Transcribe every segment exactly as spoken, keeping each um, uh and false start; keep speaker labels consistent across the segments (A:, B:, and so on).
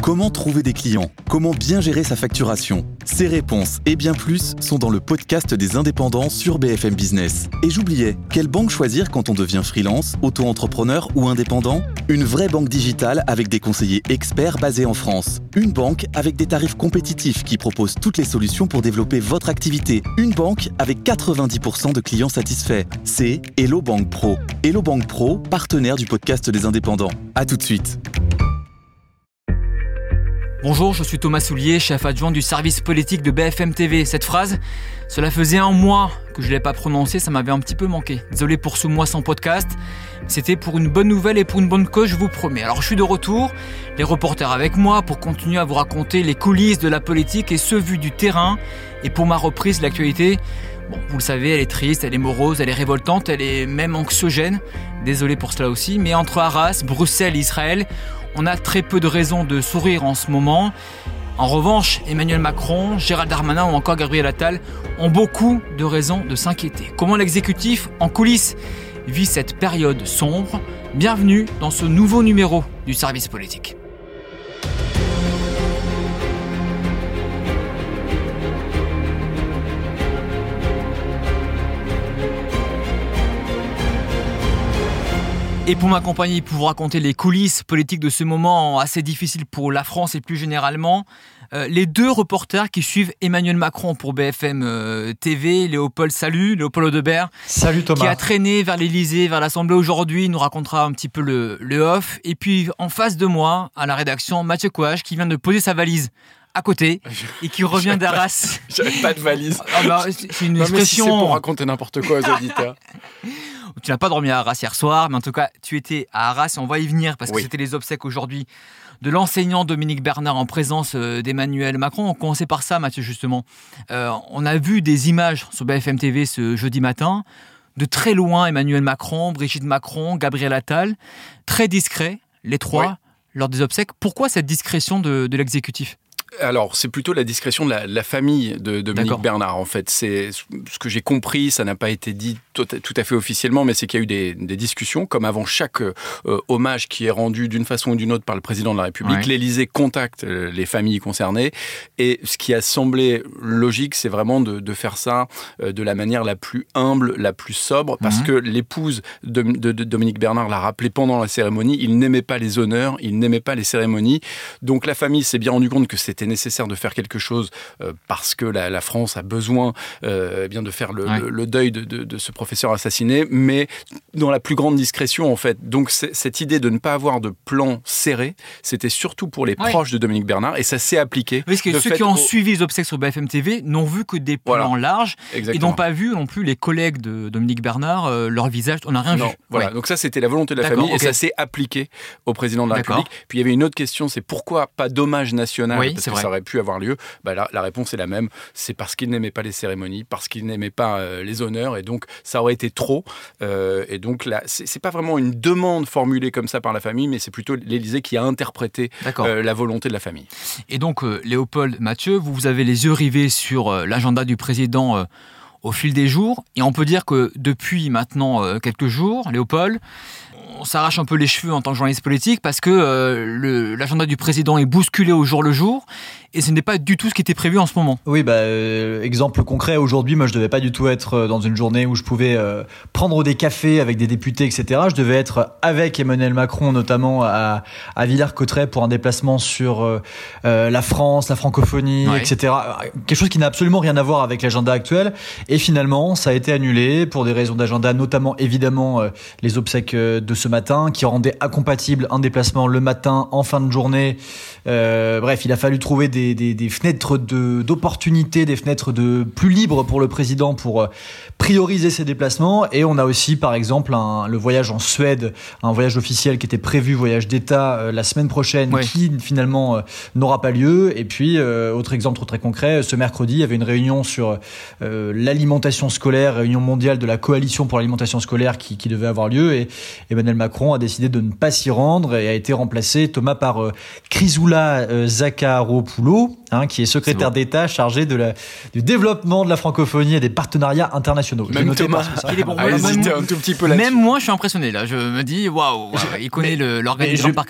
A: Comment trouver des clients ? Comment bien gérer sa facturation ? Ces réponses et bien plus sont dans le podcast des indépendants sur B F M Business. Et j'oubliais, quelle banque choisir quand on devient freelance, auto-entrepreneur ou indépendant ? Une vraie banque digitale avec des conseillers experts basés en France. Une banque avec des tarifs compétitifs qui propose toutes les solutions pour développer votre activité. Une banque avec quatre-vingt-dix pour cent de clients satisfaits. C'est Hello Bank Pro. Hello Bank Pro, partenaire du podcast des indépendants. À tout de suite.
B: Bonjour, je suis Thomas Soulier, chef adjoint du service politique de B F M T V. Cette phrase, cela faisait un mois que je ne l'ai pas prononcée, ça m'avait un petit peu manqué. Désolé pour ce mois sans podcast, c'était pour une bonne nouvelle et pour une bonne cause, je vous promets. Alors je suis de retour, les reporters avec moi pour continuer à vous raconter les coulisses de la politique et ce vu du terrain. Et pour ma reprise, l'actualité, bon, vous le savez, elle est triste, elle est morose, elle est révoltante, elle est même anxiogène. Désolé pour cela aussi, mais entre Arras, Bruxelles et Israël, on a très peu de raisons de sourire en ce moment. En revanche, Emmanuel Macron, Gérald Darmanin ou encore Gabriel Attal ont beaucoup de raisons de s'inquiéter. Comment l'exécutif, en coulisses, vit cette période sombre ? Bienvenue dans ce nouveau numéro du service politique. Et pour m'accompagner, pour vous raconter les coulisses politiques de ce moment assez difficile pour la France et plus généralement, euh, les deux reporters qui suivent Emmanuel Macron pour B F M euh, T V, Léopold, salut, Léopold Audebert.
C: Salut Thomas.
B: Qui a traîné vers l'Élysée, vers l'Assemblée aujourd'hui, il nous racontera un petit peu le, le off. Et puis en face de moi, à la rédaction, Mathieu Couage qui vient de poser sa valise à côté et qui revient d'Arras.
D: J'avais pas de valise.
B: Ah bah, c'est une
D: non,
B: expression...
D: Mais si c'est pour raconter n'importe quoi aux auditeurs.
B: Tu n'as pas dormi à Arras hier soir, mais en tout cas, tu étais à Arras et on va y venir parce que
D: oui.
B: c'était les obsèques aujourd'hui de l'enseignant Dominique Bernard en présence d'Emmanuel Macron. On commençait par ça, Mathieu, justement. Euh, on a vu des images sur B F M T V ce jeudi matin. De très loin, Emmanuel Macron, Brigitte Macron, Gabriel Attal. Très discrets, les trois, oui. lors des obsèques. Pourquoi cette discrétion de, de l'exécutif ?
D: Alors, c'est plutôt la discrétion de la, la famille de Dominique D'accord. Bernard, en fait. C'est ce que j'ai compris, ça n'a pas été dit tout, tout à fait officiellement, mais c'est qu'il y a eu des, des discussions, comme avant chaque euh, hommage qui est rendu d'une façon ou d'une autre par le président de la République. Ouais. L'Élysée contacte euh, les familles concernées, et ce qui a semblé logique, c'est vraiment de, de faire ça euh, de la manière la plus humble, la plus sobre, parce mmh. que l'épouse de, de, de Dominique Bernard l'a rappelé pendant la cérémonie, il n'aimait pas les honneurs, il n'aimait pas les cérémonies, donc la famille s'est bien rendu compte que c'était nécessaire de faire quelque chose euh, parce que la, la France a besoin euh, bien de faire le, ouais. le, le deuil de, de, de ce professeur assassiné, mais dans la plus grande discrétion en fait. Donc cette idée de ne pas avoir de plan serré, c'était surtout pour les ouais. proches de Dominique Bernard et ça s'est appliqué.
B: Parce que ceux qui ont au... suivi les obsèques sur B F M T V n'ont vu que des plans voilà. larges Exactement. Et n'ont pas vu non plus les collègues de Dominique Bernard, euh, leur visage, on n'a rien
D: non,
B: vu.
D: Voilà,
B: ouais.
D: donc ça c'était la volonté de la
B: D'accord,
D: famille
B: okay.
D: et ça s'est appliqué au président de la
B: D'accord.
D: République. Puis il y avait une autre question, c'est pourquoi pas d'hommage national
B: oui,
D: parce que
B: vrai.
D: ça aurait pu avoir lieu. Bah là, la réponse est la même, c'est parce qu'il n'aimait pas les cérémonies, parce qu'il n'aimait pas euh, les honneurs, et donc ça aurait été trop. Euh, et donc là, c'est, c'est pas vraiment une demande formulée comme ça par la famille, mais c'est plutôt l'Élysée qui a interprété euh, la volonté de la famille.
B: Et donc, euh, Léopold, Mathieu, vous, vous avez les yeux rivés sur euh, l'agenda du président euh, au fil des jours, et on peut dire que depuis maintenant euh, quelques jours, Léopold, on s'arrache un peu les cheveux en tant que journaliste politique parce que euh, le, l'agenda du président est bousculé au jour le jour et ce n'est pas du tout ce qui était prévu en ce moment.
C: Oui, bah, euh, exemple concret, aujourd'hui, moi je devais pas du tout être dans une journée où je pouvais euh, prendre des cafés avec des députés, et cetera. Je devais être avec Emmanuel Macron, notamment à, à Villers-Cotterêts pour un déplacement sur euh, euh, la France, la francophonie, ouais. et cetera. Quelque chose qui n'a absolument rien à voir avec l'agenda actuel. Et finalement, ça a été annulé pour des raisons d'agenda, notamment évidemment euh, les obsèques de ce matin, qui rendaient incompatible un déplacement le matin en fin de journée. Euh, bref, il a fallu trouver des, des, des fenêtres de, d'opportunités, des fenêtres de plus libres pour le président pour euh, prioriser ses déplacements. Et on a aussi, par exemple, un, le voyage en Suède, un voyage officiel qui était prévu, voyage d'État euh, la semaine prochaine, ouais. qui finalement euh, n'aura pas lieu. Et puis, euh, autre exemple très concret, ce mercredi, il y avait une réunion sur euh, l'alimentation scolaire, réunion mondiale de la coalition pour l'alimentation scolaire qui, qui devait avoir lieu. Et Emmanuel Macron a décidé de ne pas s'y rendre et a été remplacé, Thomas, par euh, Chrysoula euh, Zakharopoulou, hein, qui est secrétaire c'est bon. d'État chargé de la, du développement de la francophonie et des partenariats internationaux.
D: Même Thomas,
B: il est bon.
D: Même,
B: même,
D: un tout petit peu là-dessus.
B: Même moi, je suis impressionné là. Je me dis, waouh, wow, il connaît mais, le, l'organigramme par cœur.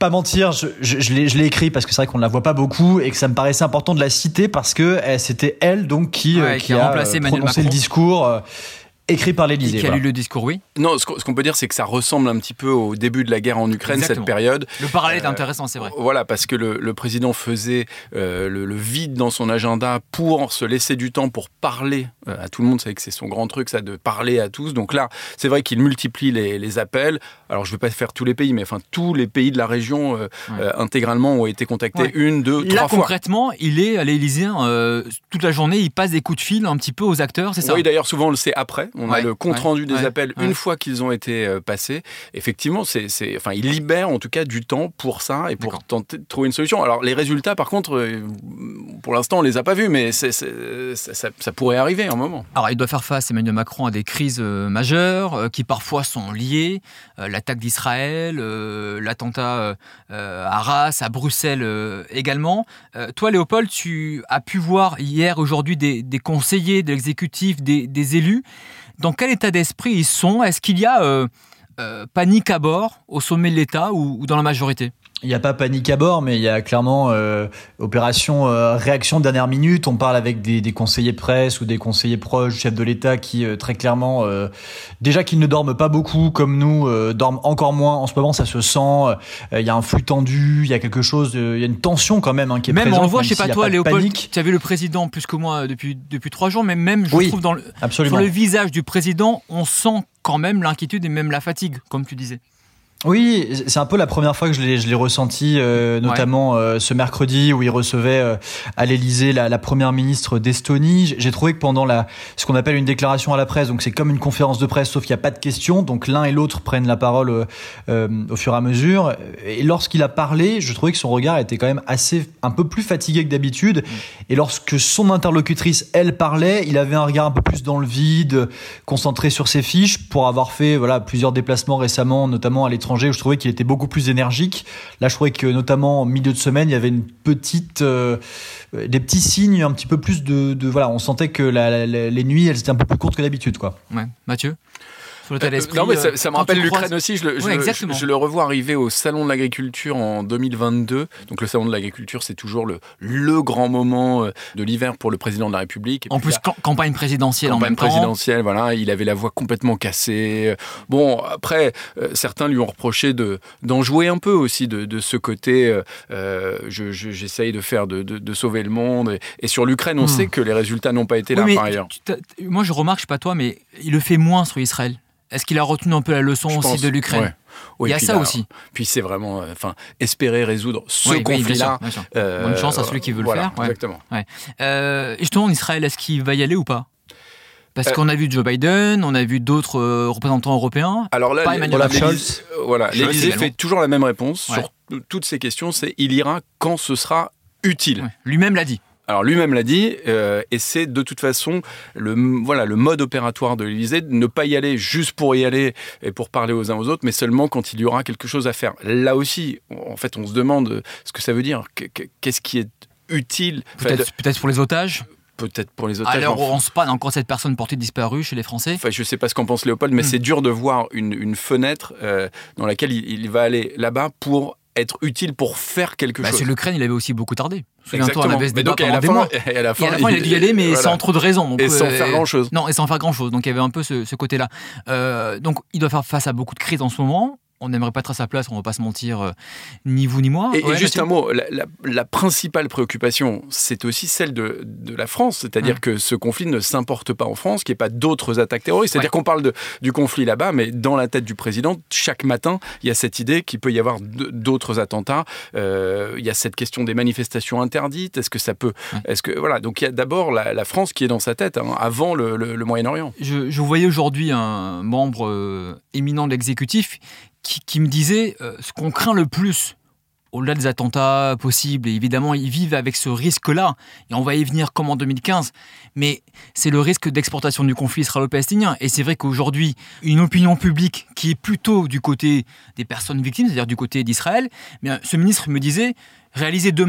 C: pas mentir, je, je, je, l'ai, je l'ai écrit parce que c'est vrai qu'on ne la voit pas beaucoup et que ça me paraissait important de la citer parce que eh, c'était elle donc qui,
B: ouais,
C: euh,
B: qui,
C: qui
B: a,
C: a
B: remplacé
C: euh,
B: prononcé
C: prononcé le discours euh, écrit par l'Élysée.
B: Qui a
C: voilà.
B: lu le discours, oui.
D: Non, ce qu'on peut dire, c'est que ça ressemble un petit peu au début de la guerre en Ukraine, Exactement. cette période.
B: Le parallèle est intéressant, c'est vrai.
D: Euh, voilà, parce que le, le président faisait euh, le, le vide dans son agenda pour se laisser du temps pour parler euh, à tout le monde. Vous savez que c'est son grand truc, ça, de parler à tous. Donc là, c'est vrai qu'il multiplie les, les appels. Alors, je ne vais pas faire tous les pays, mais enfin, tous les pays de la région euh, ouais. euh, intégralement ont été contactés ouais. une, deux,
B: là,
D: trois fois.
B: Là, concrètement, il est à l'Élysée euh, toute la journée, il passe des coups de fil un petit peu aux acteurs, c'est ça?
D: Oui, d'ailleurs, souvent, on le sait après. On ouais. a le compte-rendu ouais. des
B: ouais.
D: appels ouais. une fois qu'ils ont été euh, passés. Effectivement, c'est, c'est, enfin, il libère en tout cas du temps pour ça et pour D'accord. tenter de trouver une solution. Alors, les résultats, par contre, euh, pour l'instant, on ne les a pas vus, mais c'est, c'est, ça, ça, ça pourrait arriver à un moment.
B: Alors, il doit faire face, Emmanuel Macron, à des crises euh, majeures euh, qui parfois sont liées. Euh, l'attaque d'Israël, euh, l'attentat euh, à Arras, à Bruxelles euh, également. Euh, toi, Léopold, tu as pu voir hier, aujourd'hui, des, des conseillers de l'exécutif, des, des élus. Dans quel état d'esprit ils sont? Est-ce qu'il y a euh, euh, panique à bord au sommet de l'État ou, ou dans la majorité?
C: Il n'y a pas panique à bord, mais il y a clairement euh, opération euh, réaction de dernière minute. On parle avec des, des conseillers presse ou des conseillers proches du chef de l'État qui euh, très clairement, euh, déjà qu'ils ne dorment pas beaucoup comme nous, euh, dorment encore moins. En ce moment, ça se sent. Euh, il y a un flux tendu, il y a quelque chose, de, il y a une tension quand même hein, qui est
B: même
C: présente.
B: On le voit,
C: même
B: je sais pas toi, Léopold, tu as vu le président plus que moi depuis depuis trois jours, mais même je
C: oui,
B: trouve dans le, sur le visage du président, on sent quand même l'inquiétude et même la fatigue, comme tu disais.
C: Oui, c'est un peu la première fois que je l'ai, je l'ai ressenti, euh, notamment ouais. euh, ce mercredi où il recevait euh, à l'Élysée la, la première ministre d'Estonie. J'ai trouvé que pendant la, ce qu'on appelle une déclaration à la presse, donc c'est comme une conférence de presse, sauf qu'il n'y a pas de questions, donc l'un et l'autre prennent la parole euh, euh, au fur et à mesure. Et lorsqu'il a parlé, je trouvais que son regard était quand même assez, un peu plus fatigué que d'habitude. Mmh. Et lorsque son interlocutrice, elle, parlait, il avait un regard un peu plus dans le vide, concentré sur ses fiches, pour avoir fait voilà plusieurs déplacements récemment, notamment à l'étranger, où je trouvais qu'il était beaucoup plus énergique. Là, je trouvais que notamment en milieu de semaine, il y avait une petite, euh, des petits signes, un petit peu plus de, de voilà, on sentait que la, la, les nuits, elles étaient un peu plus courtes que d'habitude, quoi.
B: Ouais, Mathieu.
D: Euh, non mais ça, ça me rappelle l'Ukraine croises... aussi, je le, je,
B: ouais,
D: je, je le revois arriver au Salon de l'Agriculture en deux mille vingt-deux. Donc le Salon de l'Agriculture, c'est toujours le, le grand moment de l'hiver pour le président de la République. Et
B: en plus, là, campagne présidentielle
D: campagne
B: en même temps.
D: Campagne présidentielle, voilà, il avait la voix complètement cassée. Bon, après, euh, certains lui ont reproché de, d'en jouer un peu aussi, de, de ce côté, euh, je, je, j'essaye de faire, de, de, de sauver le monde. Et, et sur l'Ukraine, on mmh. sait que les résultats n'ont pas été
B: oui,
D: là par ailleurs.
B: Moi, je remarque, je sais pas toi, mais il le fait moins sur Israël. Est-ce qu'il a retenu un peu la leçon je aussi pense, de l'Ukraine ouais. Oui, il y a ça là, aussi.
D: Puis c'est vraiment, enfin, euh, espérer résoudre ce oui, conflit-là.
B: Oui, bien sûr, bien sûr. Euh, Bonne chance à celui qui veut
D: voilà,
B: le faire. Ouais.
D: Exactement.
B: Ouais. Euh, justement, en Israël, est-ce qu'il va y aller ou pas? Parce euh, qu'on a vu Joe Biden, on a vu d'autres euh, représentants européens.
D: Alors là,
B: pas Emmanuel Macron.
D: Euh, voilà, l'Élysée fait toujours la même réponse ouais. sur toutes ces questions. C'est il ira quand ce sera utile.
B: Ouais. Lui-même l'a dit.
D: Alors lui-même l'a dit, euh, et c'est de toute façon le, voilà, le mode opératoire de l'Élysée, de ne pas y aller juste pour y aller et pour parler aux uns aux autres, mais seulement quand il y aura quelque chose à faire. Là aussi, en fait, on se demande ce que ça veut dire, qu'est-ce qui est utile.
B: Peut-être, enfin, peut-être pour les otages.
D: Peut-être pour les otages.
B: Alors, on se parle encore cette personne portée disparue chez les Français.
D: Enfin, je ne sais pas ce qu'en pense Léopold, mais mmh. c'est dur de voir une, une fenêtre euh, dans laquelle il, il va aller là-bas pour être utile pour faire quelque
B: bah,
D: chose.
B: C'est l'Ukraine, il avait aussi beaucoup tardé.
D: Exactement.
B: On avait ce
D: mais donc,
B: à
D: la, fin, et à la fin,
B: et à la fin, il, il a dû y aller, mais voilà. sans trop de raisons. Donc,
D: et sans euh, faire grand-chose.
B: Non, et sans faire grand-chose. Donc, il y avait un peu ce, ce côté-là. Euh, donc, il doit faire face à beaucoup de crises en ce moment. On n'aimerait pas être à sa place, on ne va pas se mentir, euh, ni vous ni moi.
D: Et,
B: ouais,
D: et juste un mot, la, la, la principale préoccupation, c'est aussi celle de, de la France, c'est-à-dire mmh. que ce conflit ne s'importe pas en France, qu'il n'y ait pas d'autres attaques terroristes. C'est-à-dire ouais. qu'on parle de, du conflit là-bas, mais dans la tête du président, chaque matin, il y a cette idée qu'il peut y avoir d'autres attentats. Euh, il y a cette question des manifestations interdites. Est-ce que ça peut... Mmh. Est-ce que, voilà. Donc il y a d'abord la, la France qui est dans sa tête, hein, avant le, le, le Moyen-Orient.
B: Je, je voyais aujourd'hui un membre euh, éminent de l'exécutif Qui, qui me disait euh, ce qu'on craint le plus, au-delà des attentats possibles, et évidemment ils vivent avec ce risque-là, et on va y venir comme en deux mille quinze, mais c'est le risque d'exportation du conflit israélo-palestinien. Et c'est vrai qu'aujourd'hui, une opinion publique qui est plutôt du côté des personnes victimes, c'est-à-dire du côté d'Israël, mais ce ministre me disait, réaliser demain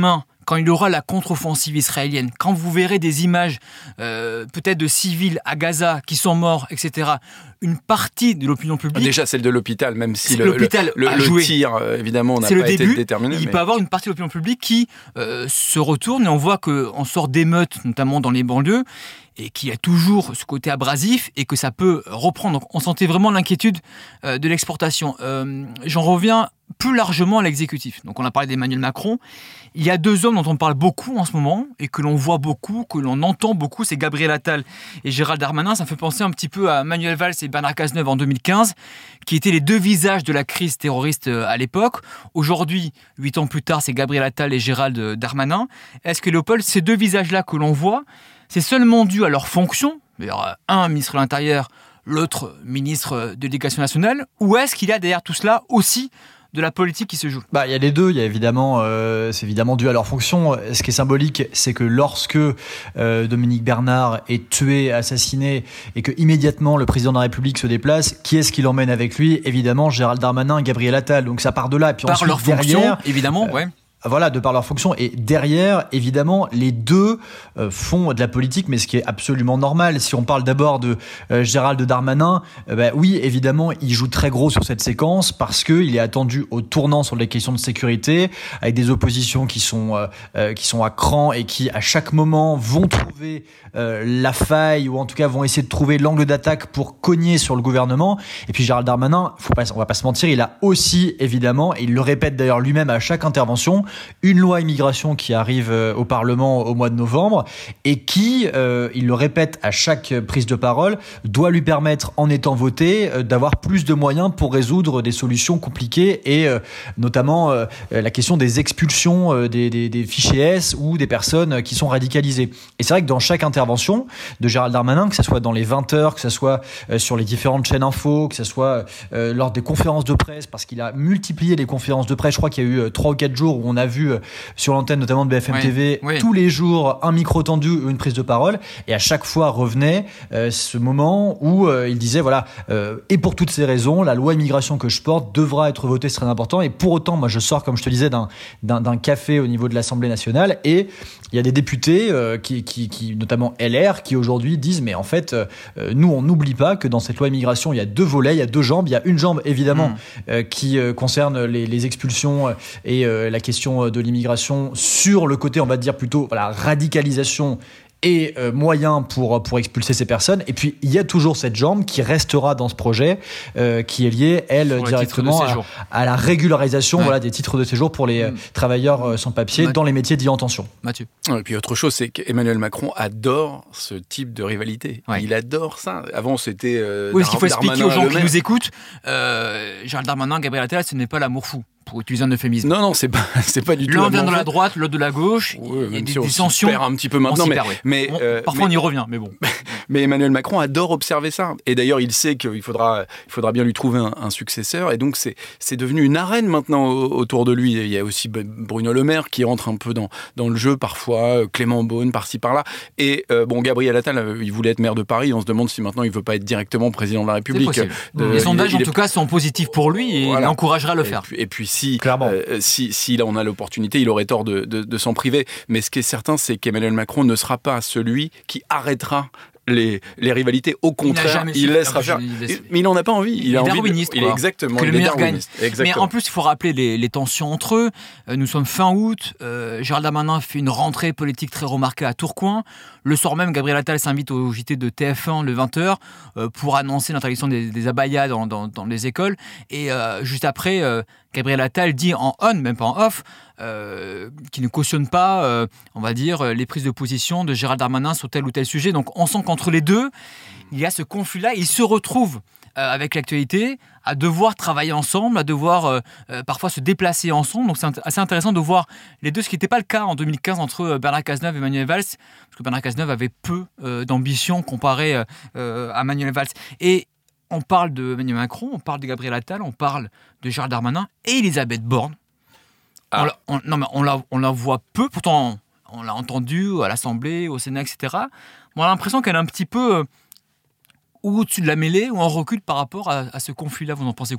B: quand il y aura la contre-offensive israélienne, quand vous verrez des images euh, peut-être de civils à Gaza qui sont morts, et cetera, une partie de l'opinion publique...
D: Déjà celle de l'hôpital, même si le,
B: l'hôpital
D: le,
B: a
D: le,
B: joué.
D: le tir, évidemment, n'a
B: C'est
D: pas
B: le
D: été
B: début,
D: déterminé.
B: Il
D: mais...
B: peut y avoir une partie de l'opinion publique qui euh, se retourne et on voit qu'on sort d'émeutes, notamment dans les banlieues, et qu'il y a toujours ce côté abrasif et que ça peut reprendre. Donc on sentait vraiment l'inquiétude euh, de l'exportation. Euh, j'en reviens plus largement à l'exécutif. Donc on a parlé d'Emmanuel Macron. Il y a deux hommes dont on parle beaucoup en ce moment et que l'on voit beaucoup, que l'on entend beaucoup, c'est Gabriel Attal et Gérald Darmanin. Ça me fait penser un petit peu à Manuel Valls et Bernard Cazeneuve en deux mille quinze, qui étaient les deux visages de la crise terroriste à l'époque. Aujourd'hui, huit ans plus tard, c'est Gabriel Attal et Gérald Darmanin. Est-ce que, Léopold, ces deux visages-là que l'on voit, c'est seulement dû à leur fonction, un ministre de l'Intérieur, l'autre ministre de l'Éducation nationale, ou est-ce qu'il y a derrière tout cela aussi de la politique qui se joue?
C: Bah, il y a les deux. Il y a évidemment, euh, c'est évidemment dû à leur fonction. Ce qui est symbolique, c'est que lorsque euh, Dominique Bernard est tué, assassiné, et que immédiatement le président de la République se déplace, qui est-ce qui l'emmène avec lui? Évidemment, Gérald Darmanin et Gabriel Attal. Donc ça part de là. Et puis
B: par
C: ensuite,
B: leur
C: derrière,
B: fonction, évidemment,
C: euh,
B: ouais.
C: Voilà, de par leur fonction. Et derrière, évidemment, les deux euh, font de la politique, mais ce qui est absolument normal. Si on parle d'abord de euh, Gérald Darmanin, euh, bah, oui, évidemment, il joue très gros sur cette séquence parce qu'il est attendu au tournant sur les questions de sécurité, avec des oppositions qui sont, euh, euh, qui sont à cran et qui, à chaque moment, vont trouver euh, la faille, ou en tout cas vont essayer de trouver l'angle d'attaque pour cogner sur le gouvernement. Et puis Gérald Darmanin, faut pas, on va pas se mentir, il a aussi, évidemment, et il le répète d'ailleurs lui-même à chaque intervention, une loi immigration qui arrive au Parlement au mois de novembre et qui, euh, il le répète à chaque prise de parole, doit lui permettre, en étant votée, euh, d'avoir plus de moyens pour résoudre des solutions compliquées et euh, notamment euh, la question des expulsions euh, des, des, des fichiers S ou des personnes qui sont radicalisées. Et c'est vrai que dans chaque intervention de Gérald Darmanin, que ce soit dans les vingt heures, que ce soit euh, sur les différentes chaînes info, que ce soit euh, lors des conférences de presse, parce qu'il a multiplié les conférences de presse, je crois qu'il y a eu trois ou quatre jours où on a vu sur l'antenne notamment de B F M T V, oui, oui. tous les jours un micro tendu ou une prise de parole, et à chaque fois revenait euh, ce moment où euh, il disait voilà, euh, et pour toutes ces raisons, la loi immigration que je porte devra être votée, c'est très important. Et pour autant, moi je sors, comme je te disais, d'un, d'un, d'un café au niveau de l'Assemblée nationale, et il y a des députés euh, qui, qui, qui, notamment L R, qui aujourd'hui disent mais en fait, euh, nous on n'oublie pas que dans cette loi immigration il y a deux volets, il y a deux jambes. Il y a une jambe évidemment mmh. euh, qui euh, concerne les, les expulsions et euh, la question de l'immigration sur le côté, on va dire plutôt voilà, radicalisation et euh, moyens pour, pour expulser ces personnes. Et puis, il y a toujours cette jambe qui restera dans ce projet, euh, qui est liée, elle, pour directement à, à la régularisation ouais. voilà, des titres de séjour pour les mmh. travailleurs euh, sans papier Mathieu. Dans les métiers dits en tension.
B: Mathieu.
D: Et puis, autre chose, c'est qu'Emmanuel Macron adore ce type de rivalité. Ouais. Il adore ça. Avant, c'était... Euh,
B: oui, ce qu'il faut expliquer aux gens qui nous écoutent, euh, Gérald Darmanin, Gabriel Attal, ce n'est pas l'amour fou, pour utiliser un euphémisme.
D: Non, non, c'est pas, c'est pas du tout.
B: L'un vient de la droite, l'autre de la gauche.
D: Oui,
B: il y a des
D: si
B: dissensions.
D: On s'y perd un petit peu maintenant, mais,
B: perd, oui.
D: mais
B: on,
D: euh,
B: parfois
D: mais,
B: on y revient, mais bon.
D: Mais Emmanuel Macron adore observer ça. Et d'ailleurs, il sait qu'il faudra, il faudra bien lui trouver un, un successeur. Et donc, c'est, c'est devenu une arène maintenant autour de lui. Il y a aussi Bruno Le Maire qui rentre un peu dans, dans le jeu parfois, Clément Beaune par-ci par-là. Et euh, bon, Gabriel Attal, il voulait être maire de Paris. On se demande si maintenant il veut pas être directement président de la République.
B: Euh, Les sondages, il, en il tout est... cas, sont positifs pour lui et voilà. il encouragera à le faire.
D: Et puis, et puis si, euh, si, si là on a l'opportunité, il aurait tort de, de, de s'en priver. Mais ce qui est certain, c'est qu'Emmanuel Macron ne sera pas celui qui arrêtera Les, les rivalités. Au contraire, il, il laissera faire. Laisse... Mais il n'en a pas envie. Il,
B: il est
D: a
B: darwiniste.
D: Envie de... Il est exactement.
B: Que
D: il
B: le meilleur gagne.
D: Exactement.
B: Mais en plus, il faut rappeler les, les tensions entre eux. Euh, nous sommes fin août. Euh, Gérald Darmanin fait une rentrée politique très remarquée à Tourcoing. Le soir même, Gabriel Attal s'invite au J T de T F un le vingt heures euh, pour annoncer l'interdiction des, des abayas dans, dans, dans les écoles. Et euh, juste après, euh, Gabriel Attal dit en on, même pas en off, euh, qu'il ne cautionne pas, euh, on va dire, les prises de position de Gérald Darmanin sur tel ou tel sujet. Donc on sent qu'entre les deux, il y a ce conflit-là. Ils se retrouvent euh, avec l'actualité à devoir travailler ensemble, à devoir euh, euh, parfois se déplacer ensemble. Donc c'est int- assez intéressant de voir les deux, ce qui n'était pas le cas en deux mille quinze entre Bernard Cazeneuve et Manuel Valls, parce que Bernard Cazeneuve avait peu euh, d'ambition comparé euh, à Manuel Valls. Et on parle de Emmanuel Macron, on parle de Gabriel Attal, on parle de Gérald Darmanin et Elisabeth Borne. Ah. On, la, on, non, mais on, la, on la voit peu, pourtant on l'a entendue à l'Assemblée, au Sénat, et cetera. On a l'impression qu'elle est un petit peu... Euh, ou au-dessus de la mêlée, ou en recul par rapport à, à ce conflit-là. Vous en pensez quoi, vous ?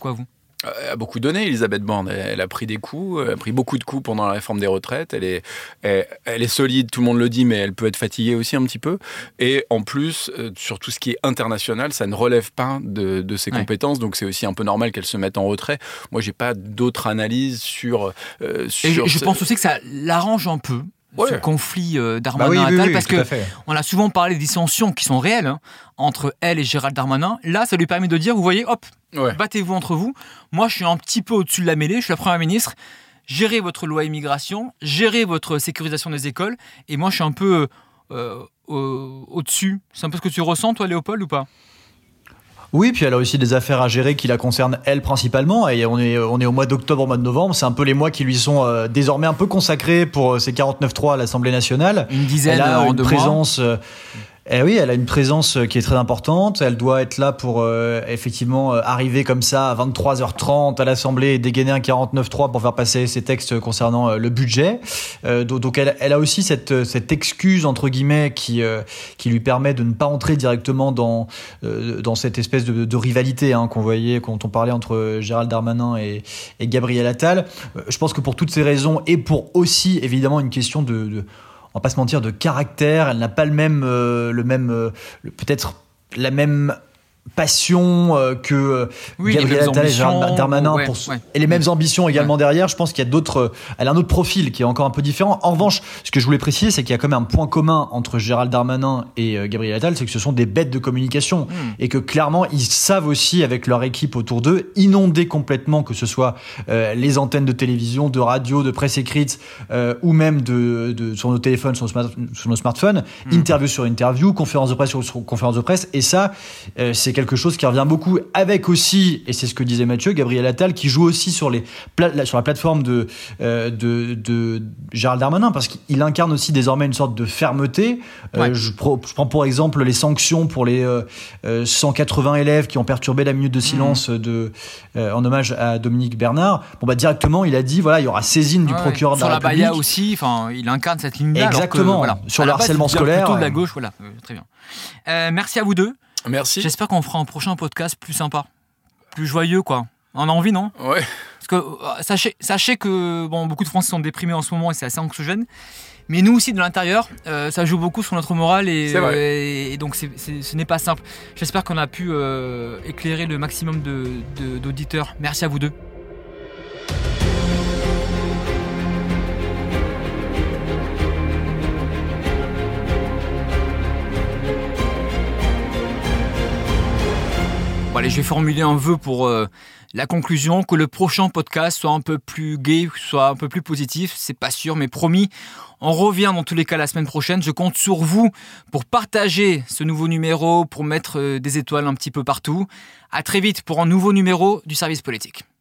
D: Elle a beaucoup donné, Elisabeth Borne. Elle a pris des coups, elle a pris beaucoup de coups pendant la réforme des retraites. Elle est, elle, elle est solide, tout le monde le dit, mais elle peut être fatiguée aussi un petit peu. Et en plus, sur tout ce qui est international, ça ne relève pas de, de ses ouais. compétences, donc c'est aussi un peu normal qu'elle se mette en retrait. Moi, j'ai pas d'autres analyses sur. Euh, sur
B: Et je, je
D: ce...
B: pense aussi que ça l'arrange un peu. Ouais. Ce conflit euh, Darmanin-Attal,
C: bah oui, oui, oui,
B: parce que on a souvent parlé des dissensions qui sont réelles hein, entre elle et Gérald Darmanin. Là, ça lui permet de dire, vous voyez, hop, ouais. battez-vous entre vous. Moi, je suis un petit peu au-dessus de la mêlée, je suis la Première ministre. Gérez votre loi immigration, gérez votre sécurisation des écoles, et moi, je suis un peu euh, au- au-dessus. C'est un peu ce que tu ressens, toi, Léopold, ou pas ?
C: Oui, puis elle a aussi des affaires à gérer qui la concernent elle principalement. Et on est, on est au mois d'octobre, au mois de novembre. C'est un peu les mois qui lui sont euh, désormais un peu consacrés pour ses quarante-neuf trois à l'Assemblée nationale.
B: Une dizaine
C: elle a
B: en
C: une
B: deux
C: présence,
B: mois.
C: Euh, Eh oui, elle a une présence qui est très importante. Elle doit être là pour euh, effectivement euh, arriver comme ça à vingt-trois heures trente à l'Assemblée et dégainer un quarante-neuf trois pour faire passer ses textes concernant euh, le budget. Euh, donc elle, elle a aussi cette, cette excuse entre guillemets qui, euh, qui lui permet de ne pas entrer directement dans, euh, dans cette espèce de, de rivalité hein, qu'on voyait quand on parlait entre Gérald Darmanin et, et Gabriel Attal. Euh, je pense que pour toutes ces raisons et pour aussi évidemment une question de, de on va pas se mentir, de caractère. Elle n'a pas le même, euh, le même, euh, le, peut-être la même passion euh, que euh,
B: oui,
C: Gabriel Attal et Gérald Darmanin
B: ouais,
C: pour,
B: ouais.
C: et les mêmes ambitions également
B: ouais.
C: derrière. Je pense qu'il y a d'autres. Euh, elle a un autre profil qui est encore un peu différent. En revanche, ce que je voulais préciser, c'est qu'il y a quand même un point commun entre Gérald Darmanin et euh, Gabriel Attal, c'est que ce sont des bêtes de communication mmh. et que clairement ils savent aussi avec leur équipe autour d'eux inonder complètement, que ce soit euh, les antennes de télévision, de radio, de presse écrite euh, ou même de, de sur nos téléphones, sur nos, smart, sur nos smartphones, mmh. interview sur interview, conférence de presse sur, sur conférence de presse, et ça, euh, c'est quelque chose qui revient beaucoup avec aussi, et c'est ce que disait Mathieu, Gabriel Attal qui joue aussi sur, les pla- sur la plateforme de, euh, de, de Gérald Darmanin parce qu'il incarne aussi désormais une sorte de fermeté. Ouais. Euh, je, pro- je prends pour exemple les sanctions pour les euh, cent quatre-vingts élèves qui ont perturbé la minute de silence mmh. de, euh, en hommage à Dominique Bernard. Bon bah directement il a dit voilà il y aura saisine du ouais, procureur de la République.
B: Sur la Baïa aussi, enfin il incarne cette ligne-là.
C: Exactement.
B: Que, voilà,
C: sur le harcèlement scolaire.
B: Plutôt de la gauche, voilà. Euh, très bien. Euh, merci à vous deux.
D: Merci.
B: J'espère qu'on fera un prochain podcast plus sympa, plus joyeux, quoi. On a envie, non ?
D: Ouais.
B: Parce que sachez, sachez que bon, beaucoup de Français sont déprimés en ce moment et c'est assez anxiogène. Mais nous aussi, de l'intérieur, euh, ça joue beaucoup sur notre morale et,
D: c'est vrai.
B: et, et donc c'est, c'est, ce n'est pas simple. J'espère qu'on a pu euh, éclairer le maximum de, de, d'auditeurs. Merci à vous deux. Bon, allez, je vais formuler un vœu pour euh, la conclusion, que le prochain podcast soit un peu plus gai, soit un peu plus positif. C'est pas sûr, mais promis, on revient dans tous les cas la semaine prochaine. Je compte sur vous pour partager ce nouveau numéro, pour mettre euh, des étoiles un petit peu partout. À très vite pour un nouveau numéro du Service Politique.